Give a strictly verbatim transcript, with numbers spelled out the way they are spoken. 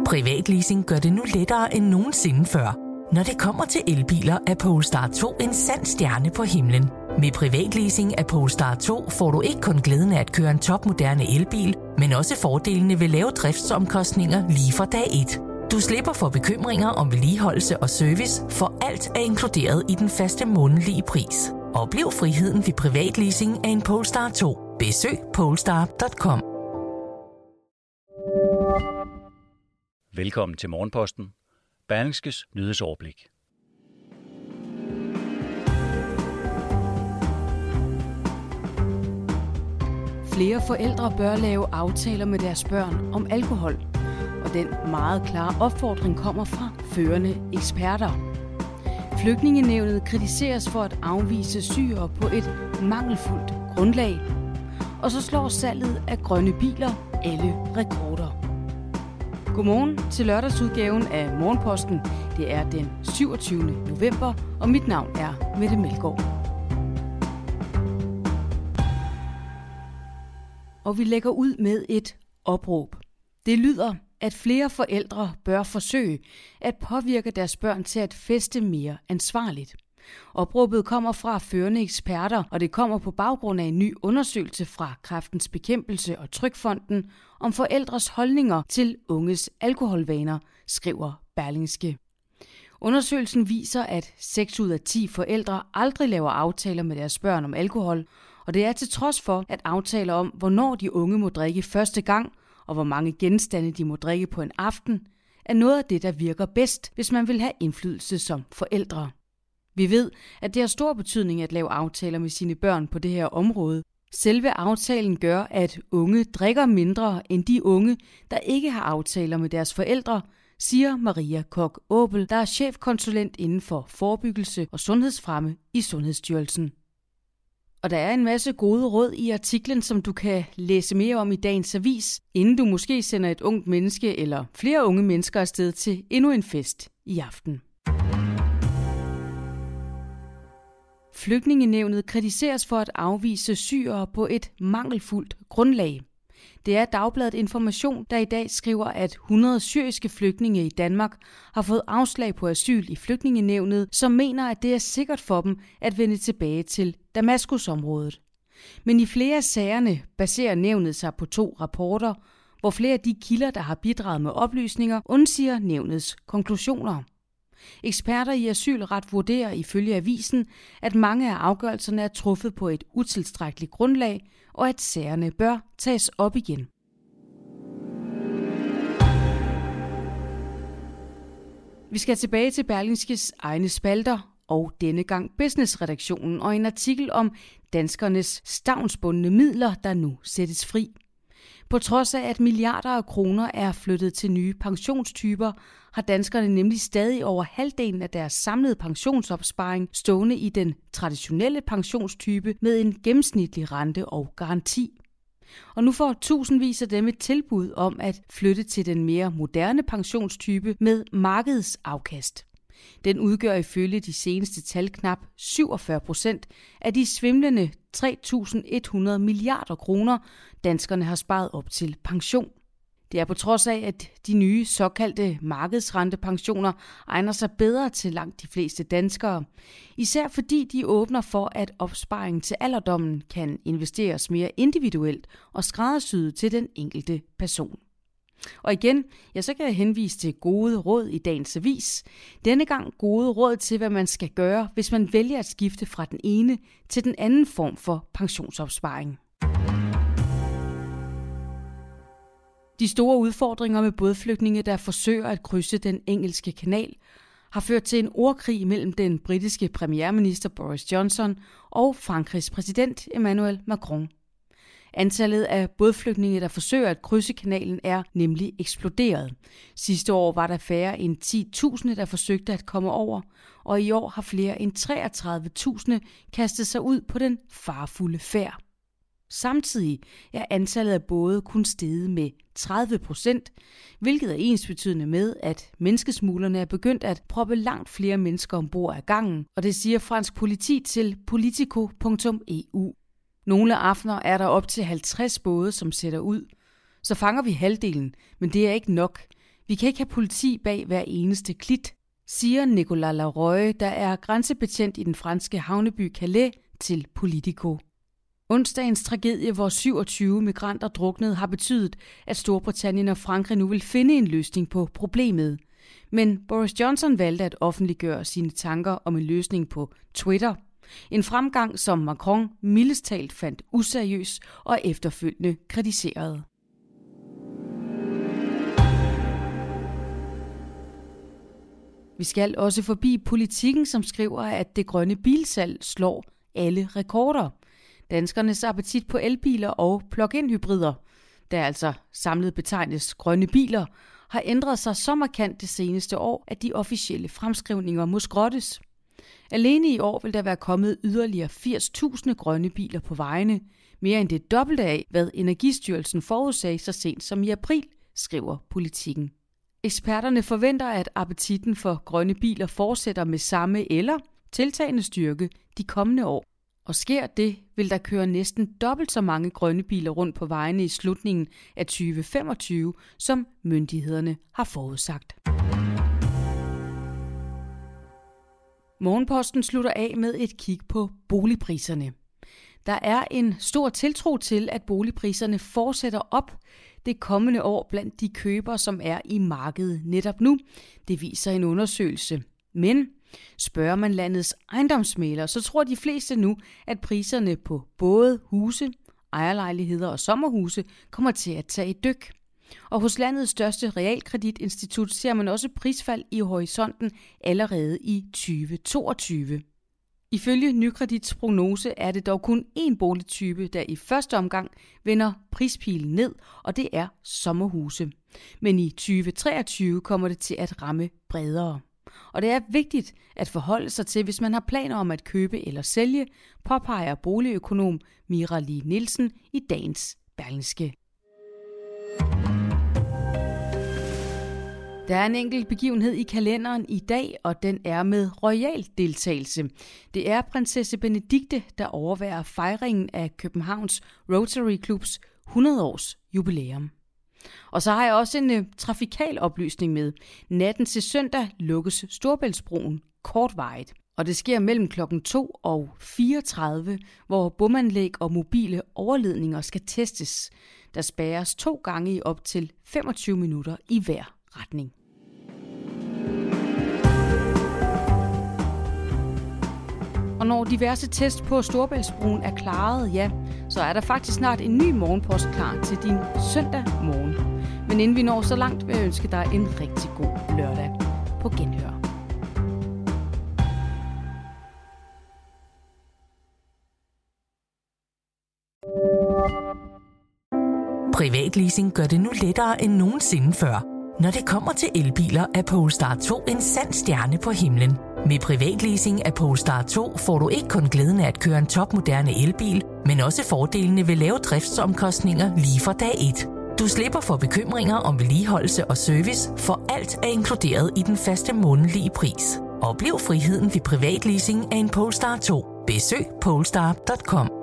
Privatleasing gør det nu lettere end nogensinde før. Når det kommer til elbiler, er Polestar to en sand stjerne på himlen. Med privatleasing af Polestar to får du ikke kun glæden af at køre en topmoderne elbil, men også fordelene ved lave driftsomkostninger lige fra dag et. Du slipper for bekymringer om vedligeholdelse og service, for alt er inkluderet i den faste månedlige pris. Oplev friheden ved privatleasing af en Polestar to. Besøg polestar punktum com. Velkommen til Morgenposten. Berlingskes nyhedsoverblik. Flere forældre bør lave aftaler med deres børn om alkohol, og den meget klare opfordring kommer fra førende eksperter. Flygtningenævnet kritiseres for at afvise syrere på et mangelfuldt grundlag, og så slår salget af grønne biler alle rekorder. Godmorgen til lørdagsudgaven af Morgenposten. Det er den syvogtyvende november, og mit navn er Mette Melgaard. Og vi lægger ud med et opråb. Det lyder, at flere forældre bør forsøge at påvirke deres børn til at feste mere ansvarligt. Opråbet kommer fra førende eksperter, og det kommer på baggrund af en ny undersøgelse fra Kræftens Bekæmpelse og Trygfonden om forældres holdninger til unges alkoholvaner, skriver Berlingske. Undersøgelsen viser, at seks ud af ti forældre aldrig laver aftaler med deres børn om alkohol, og det er til trods for, at aftaler om, hvornår de unge må drikke første gang, og hvor mange genstande de må drikke på en aften, er noget af det, der virker bedst, hvis man vil have indflydelse som forældre. Vi ved, at det har stor betydning at lave aftaler med sine børn på det her område. Selve aftalen gør, at unge drikker mindre end de unge, der ikke har aftaler med deres forældre, siger Maria Koch-Åbel, der er chefkonsulent inden for forebyggelse og sundhedsfremme i Sundhedsstyrelsen. Og der er en masse gode råd i artiklen, som du kan læse mere om i dagens avis, inden du måske sender et ungt menneske eller flere unge mennesker afsted til endnu en fest i aften. Flygtningenævnet kritiseres for at afvise syrere på et mangelfuldt grundlag. Det er Dagbladet Information, der i dag skriver, at hundrede syriske flygtninge i Danmark har fået afslag på asyl i Flygtningenævnet, som mener, at det er sikkert for dem at vende tilbage til Damaskusområdet. Men i flere af sagerne baserer nævnet sig på to rapporter, hvor flere af de kilder, der har bidraget med oplysninger, undsiger nævnets konklusioner. Eksperter i asylret vurderer ifølge avisen, at mange af afgørelserne er truffet på et utilstrækkeligt grundlag, og at sagerne bør tages op igen. Vi skal tilbage til Berlingskes egne spalter, og denne gang Business-redaktionen og en artikel om danskernes stavnsbundne midler, der nu sættes fri. På trods af, at milliarder af kroner er flyttet til nye pensionstyper, har danskerne nemlig stadig over halvdelen af deres samlede pensionsopsparing stående i den traditionelle pensionstype med en gennemsnitlig rente og garanti. Og nu får tusindvis af dem et tilbud om at flytte til den mere moderne pensionstype med markedsafkast. Den udgør ifølge de seneste tal knap syvogfyrre procent af de svimlende tre tusind et hundrede milliarder kroner, danskerne har sparet op til pension. Det er på trods af, at de nye såkaldte markedsrentepensioner egner sig bedre til langt de fleste danskere. Især fordi de åbner for, at opsparingen til alderdommen kan investeres mere individuelt og skræddersyet til den enkelte person. Og igen, ja, så kan jeg henvise til gode råd i dagens avis. Denne gang gode råd til, hvad man skal gøre, hvis man vælger at skifte fra den ene til den anden form for pensionsopsparing. De store udfordringer med bådflygtninge, der forsøger at krydse den engelske kanal, har ført til en ordkrig mellem den britiske premierminister Boris Johnson og Frankrigs præsident Emmanuel Macron. Antallet af bådflygtninge, der forsøger at krydse kanalen, er nemlig eksploderet. Sidste år var der færre end ti tusind, der forsøgte at komme over, og i år har flere end treogtredive tusind kastet sig ud på den farefulde færd. Samtidig er antallet af både kun steget med tredive procent, hvilket er ensbetydende med, at menneskesmuglerne er begyndt at proppe langt flere mennesker ombord ad gangen, og det siger fransk politi til politico punktum e u. Nogle aftener er der op til halvtreds både, som sætter ud. Så fanger vi halvdelen, men det er ikke nok. Vi kan ikke have politi bag hver eneste klit, siger Nicolas Laroye, der er grænsebetjent i den franske havneby Calais, til Politico. Onsdagens tragedie, hvor syvogtyve migranter druknede, har betydet, at Storbritannien og Frankrig nu vil finde en løsning på problemet. Men Boris Johnson valgte at offentliggøre sine tanker om en løsning på Twitter. En fremgang, som Macron mildest talt fandt useriøs og efterfølgende kritiserede. Vi skal også forbi Politikken, som skriver, at det grønne bilsalg slår alle rekorder. Danskernes appetit på elbiler og plug-in-hybrider, der altså samlet betegnes grønne biler, har ændret sig så markant det seneste år, at de officielle fremskrivninger må skrottes. Alene i år vil der være kommet yderligere firs tusind grønne biler på vejene, mere end det dobbelte af, hvad Energistyrelsen forudsagde så sent som i april, skriver Politikken. Eksperterne forventer, at appetitten for grønne biler fortsætter med samme eller tiltagende styrke de kommende år. Og sker det, vil der køre næsten dobbelt så mange grønne biler rundt på vejene i slutningen af tyve femogtyve, som myndighederne har forudsagt. Morgenposten slutter af med et kig på boligpriserne. Der er en stor tiltro til, at boligpriserne fortsætter op det kommende år blandt de købere, som er i markedet netop nu. Det viser en undersøgelse. Men spørger man landets ejendomsmæglere, så tror de fleste nu, at priserne på både huse, ejerlejligheder og sommerhuse kommer til at tage et dyk. Og hos landets største realkreditinstitut ser man også prisfald i horisonten allerede i tyve toogtyve. Ifølge Nykredits prognose er det dog kun én boligtype, der i første omgang vender prispilen ned, og det er sommerhuse. Men i tyve treogtyve kommer det til at ramme bredere. Og det er vigtigt at forholde sig til, hvis man har planer om at købe eller sælge, påpeger boligøkonom Mira Lie Nielsen i dagens Berlingske. Der er en enkelt begivenhed i kalenderen i dag, og den er med royal deltagelse. Det er prinsesse Benedikte, der overværer fejringen af Københavns Rotary Clubs hundrede års jubilæum. Og så har jeg også en uh, trafikal oplysning med. Natten til søndag lukkes Storebæltsbroen kortvarigt. Og det sker mellem klokken to og fire tredive, hvor bomanlæg og mobile overledninger skal testes. Der spærres to gange i op til femogtyve minutter i hver retning. Og når diverse test på Storebæltsbroen er klaret, ja, så er der faktisk snart en ny morgenpost klar til din søndag morgen. Men inden vi når så langt, vil jeg ønske dig en rigtig god lørdag. På genhør. Privatleasing gør det nu lettere end nogensinde før. Når det kommer til elbiler, er Polestar to en sand stjerne på himlen. Med privatleasing af Polestar to får du ikke kun glæden af at køre en topmoderne elbil, men også fordelene ved lave driftsomkostninger lige fra dag et. Du slipper for bekymringer om vedligeholdelse og service, for alt er inkluderet i den faste månedlige pris. Oplev friheden ved privatleasing af en Polestar to. Besøg polestar punktum com.